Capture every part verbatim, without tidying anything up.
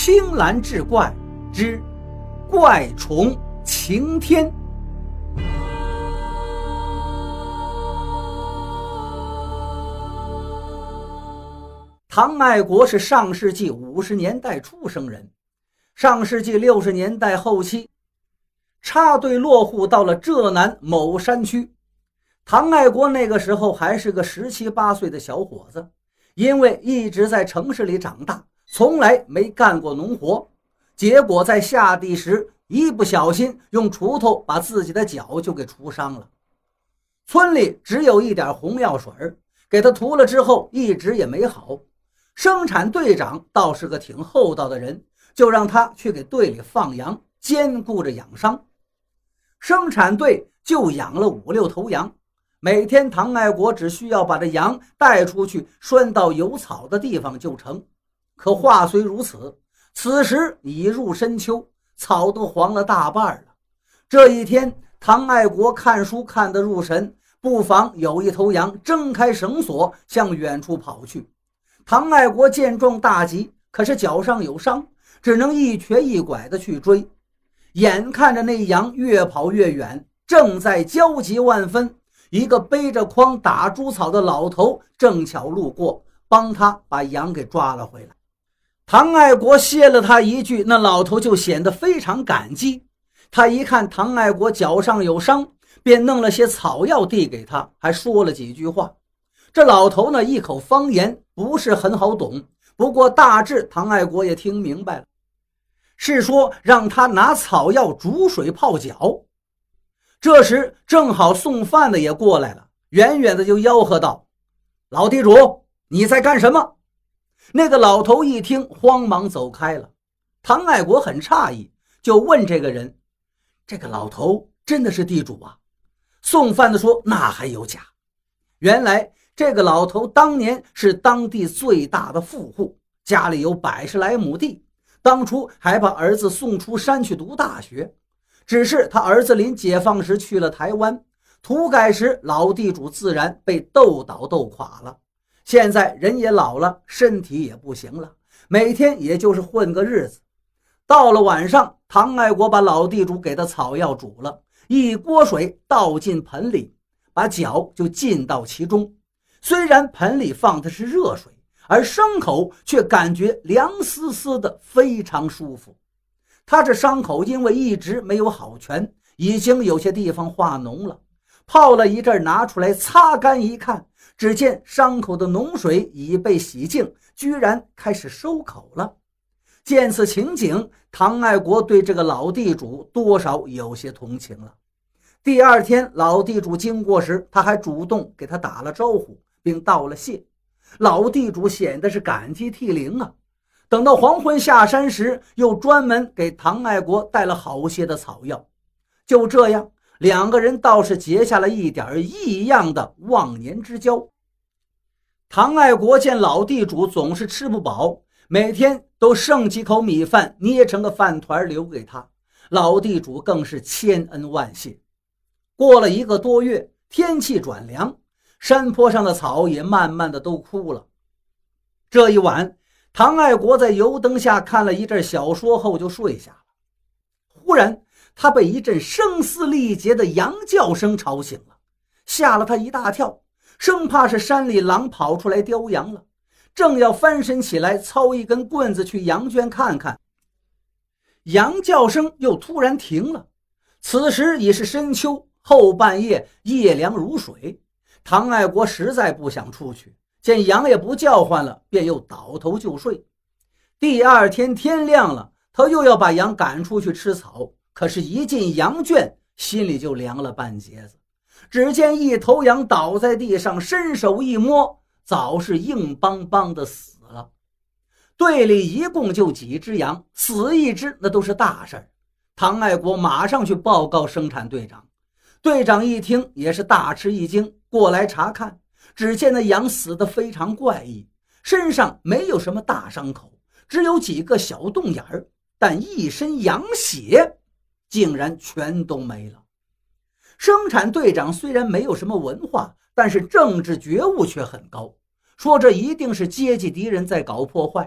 青蓝志怪之怪虫擎天。唐爱国是上世纪五十年代初生人，上世纪六十年代后期插队落户到了浙南某山区。唐爱国那个时候还是个十七八岁的小伙子，因为一直在城市里长大，从来没干过农活，结果在下地时一不小心用锄头把自己的脚就给锄伤了。村里只有一点红药水，给他涂了之后一直也没好。生产队长倒是个挺厚道的人，就让他去给队里放羊，兼顾着养伤。生产队就养了五六头羊，每天唐爱国只需要把这羊带出去拴到有草的地方就成。可话虽如此，此时已入深秋，草都黄了大半了。这一天，唐爱国看书看得入神，不妨有一头羊挣开绳索向远处跑去。唐爱国见状大急，可是脚上有伤，只能一瘸一拐地去追。眼看着那羊越跑越远，正在焦急万分，一个背着筐打猪草的老头正巧路过，帮他把羊给抓了回来。唐爱国谢了他一句，那老头就显得非常感激。他一看唐爱国脚上有伤，便弄了些草药递给他，还说了几句话。这老头呢，一口方言不是很好懂，不过大致唐爱国也听明白了，是说让他拿草药煮水泡脚。这时正好送饭的也过来了，远远的就吆喝道：老地主，你在干什么？那个老头一听，慌忙走开了。唐爱国很诧异，就问这个人：这个老头真的是地主啊？送饭的说：那还有假。原来这个老头当年是当地最大的富户，家里有百十来亩地，当初还把儿子送出山去读大学。只是他儿子临解放时去了台湾，土改时老地主自然被斗倒斗垮了。现在人也老了，身体也不行了，每天也就是混个日子。到了晚上，唐爱国把老地主给的草药煮了，一锅水倒进盆里，把脚就浸到其中。虽然盆里放的是热水，而伤口却感觉凉丝丝的，非常舒服。他这伤口因为一直没有好全，已经有些地方化脓了。泡了一阵，拿出来擦干一看，只见伤口的脓水已被洗净，居然开始收口了。见此情景，唐爱国对这个老地主多少有些同情了。第二天老地主经过时，他还主动给他打了招呼，并道了谢。老地主显得是感激涕零啊。等到黄昏下山时，又专门给唐爱国带了好些的草药。就这样，两个人倒是结下了一点异样的忘年之交。唐爱国见老地主总是吃不饱，每天都剩几口米饭捏成个饭团留给他，老地主更是千恩万谢。过了一个多月，天气转凉，山坡上的草也慢慢的都枯了。这一晚，唐爱国在油灯下看了一阵小说后就睡下了。忽然他被一阵声嘶力竭的羊叫声吵醒了，吓了他一大跳，生怕是山里狼跑出来叼羊了。正要翻身起来操一根棍子去羊圈看看，羊叫声又突然停了。此时已是深秋，后半夜，夜凉如水。唐爱国实在不想出去，见羊也不叫唤了，便又倒头就睡。第二天天亮了，他又要把羊赶出去吃草，可是一进羊圈，心里就凉了半截子。只见一头羊倒在地上，伸手一摸，早是硬邦邦的死了。队里一共就几只羊，死一只那都是大事儿。唐爱国马上去报告生产队长。队长一听也是大吃一惊，过来查看，只见那羊死得非常怪异，身上没有什么大伤口，只有几个小洞眼儿，但一身羊血竟然全都没了。生产队长虽然没有什么文化，但是政治觉悟却很高，说这一定是阶级敌人在搞破坏。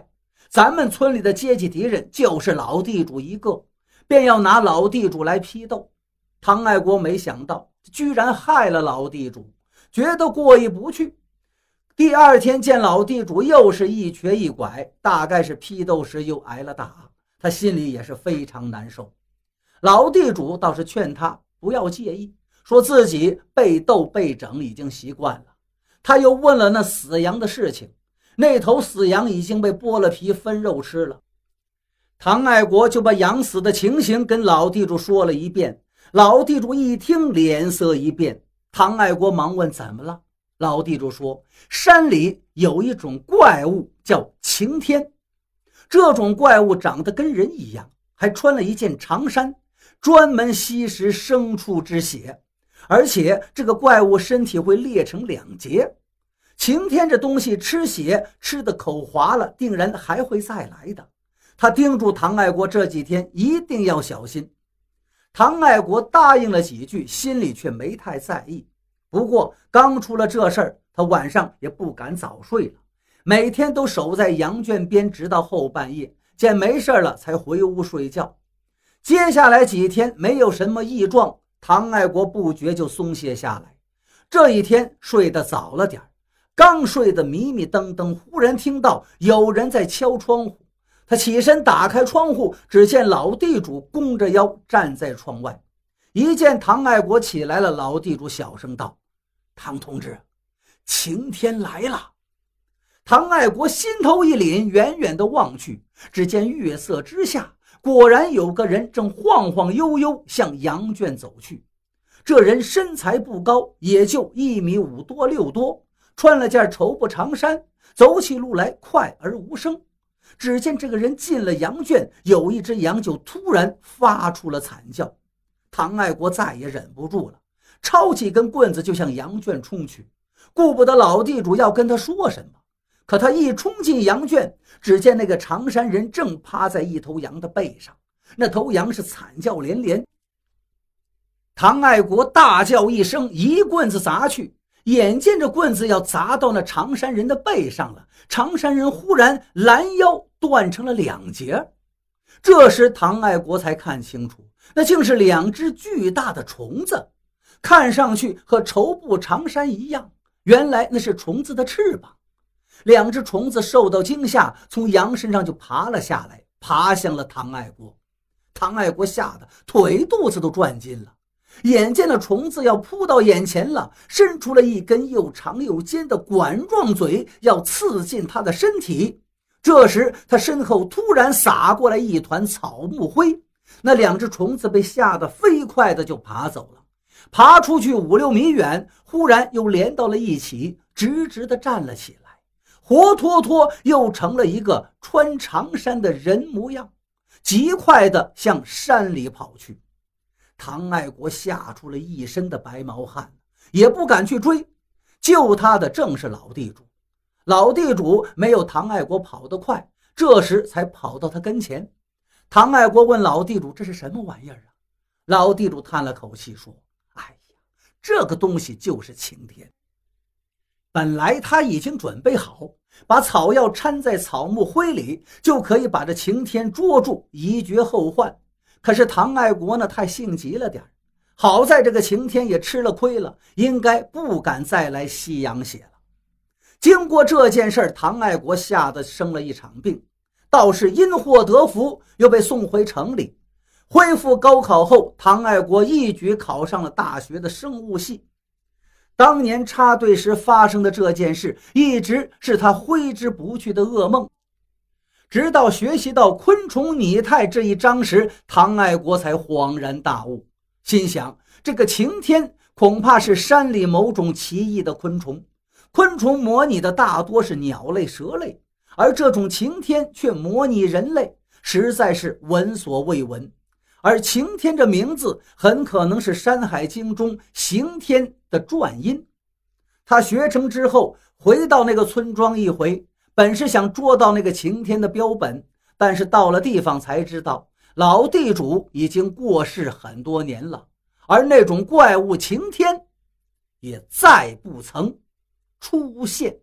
咱们村里的阶级敌人就是老地主一个，便要拿老地主来批斗。唐爱国没想到居然害了老地主，觉得过意不去。第二天见老地主又是一瘸一拐，大概是批斗时又挨了打，他心里也是非常难受。老地主倒是劝他不要介意，说自己被斗被整已经习惯了。他又问了那死羊的事情，那头死羊已经被剥了皮分肉吃了。唐爱国就把羊死的情形跟老地主说了一遍。老地主一听脸色一变，唐爱国忙问怎么了。老地主说，山里有一种怪物叫擎天，这种怪物长得跟人一样，还穿了一件长衫，专门吸食牲畜之血，而且这个怪物身体会裂成两截。擎天这东西吃血吃的口滑了，定然还会再来的。他叮嘱唐爱国这几天一定要小心。唐爱国答应了几句，心里却没太在意。不过刚出了这事儿，他晚上也不敢早睡了，每天都守在羊圈边，直到后半夜，见没事了才回屋睡觉。接下来几天没有什么异状，唐爱国不觉就松懈下来。这一天睡得早了点，刚睡得迷迷瞪瞪，忽然听到有人在敲窗户。他起身打开窗户，只见老地主弓着腰站在窗外。一见唐爱国起来了，老地主小声道：唐同志，擎天来了。唐爱国心头一凛，远远地望去，只见月色之下果然有个人正晃晃悠悠向羊圈走去。这人身材不高，也就一米五多六多，穿了件绸布长衫，走起路来快而无声。只见这个人进了羊圈，有一只羊就突然发出了惨叫。唐爱国再也忍不住了，抄起根棍子就向羊圈冲去，顾不得老地主要跟他说什么。可他一冲进羊圈，只见那个长衫人正趴在一头羊的背上，那头羊是惨叫连连。唐爱国大叫一声，一棍子砸去，眼见着棍子要砸到那长衫人的背上了，长衫人忽然拦腰断成了两截。这时唐爱国才看清楚，那竟是两只巨大的虫子，看上去和绸布长衫一样，原来那是虫子的翅膀。两只虫子受到惊吓，从羊身上就爬了下来，爬向了唐爱国。唐爱国吓得腿肚子都转筋了，眼见了虫子要扑到眼前了，伸出了一根又长又尖的管状嘴，要刺进他的身体。这时他身后突然洒过来一团草木灰，那两只虫子被吓得飞快的就爬走了，爬出去五六米远，忽然又连到了一起，直直的站了起来，活脱脱又成了一个穿长衫的人模样，极快的向山里跑去。唐爱国吓出了一身的白毛汗，也不敢去追。救他的正是老地主。老地主没有唐爱国跑得快，这时才跑到他跟前。唐爱国问老地主，这是什么玩意儿啊？老地主叹了口气说，哎呀，这个东西就是擎天。本来他已经准备好，把草药掺在草木灰里，就可以把这擎天捉住，以绝后患。可是唐爱国呢，太性急了点，好在这个擎天也吃了亏了，应该不敢再来吸羊血了。经过这件事，唐爱国吓得生了一场病，倒是因祸得福，又被送回城里。恢复高考后，唐爱国一举考上了大学的生物系。当年插队时发生的这件事，一直是他挥之不去的噩梦。直到学习到昆虫拟态这一章时，唐爱国才恍然大悟，心想这个擎天恐怕是山里某种奇异的昆虫。昆虫模拟的大多是鸟类、蛇类，而这种擎天却模拟人类，实在是闻所未闻。而擎天这名字很可能是《山海经》中刑天的转音。他学成之后回到那个村庄一回，本是想捉到那个擎天的标本，但是到了地方才知道老地主已经过世很多年了，而那种怪物擎天也再不曾出现。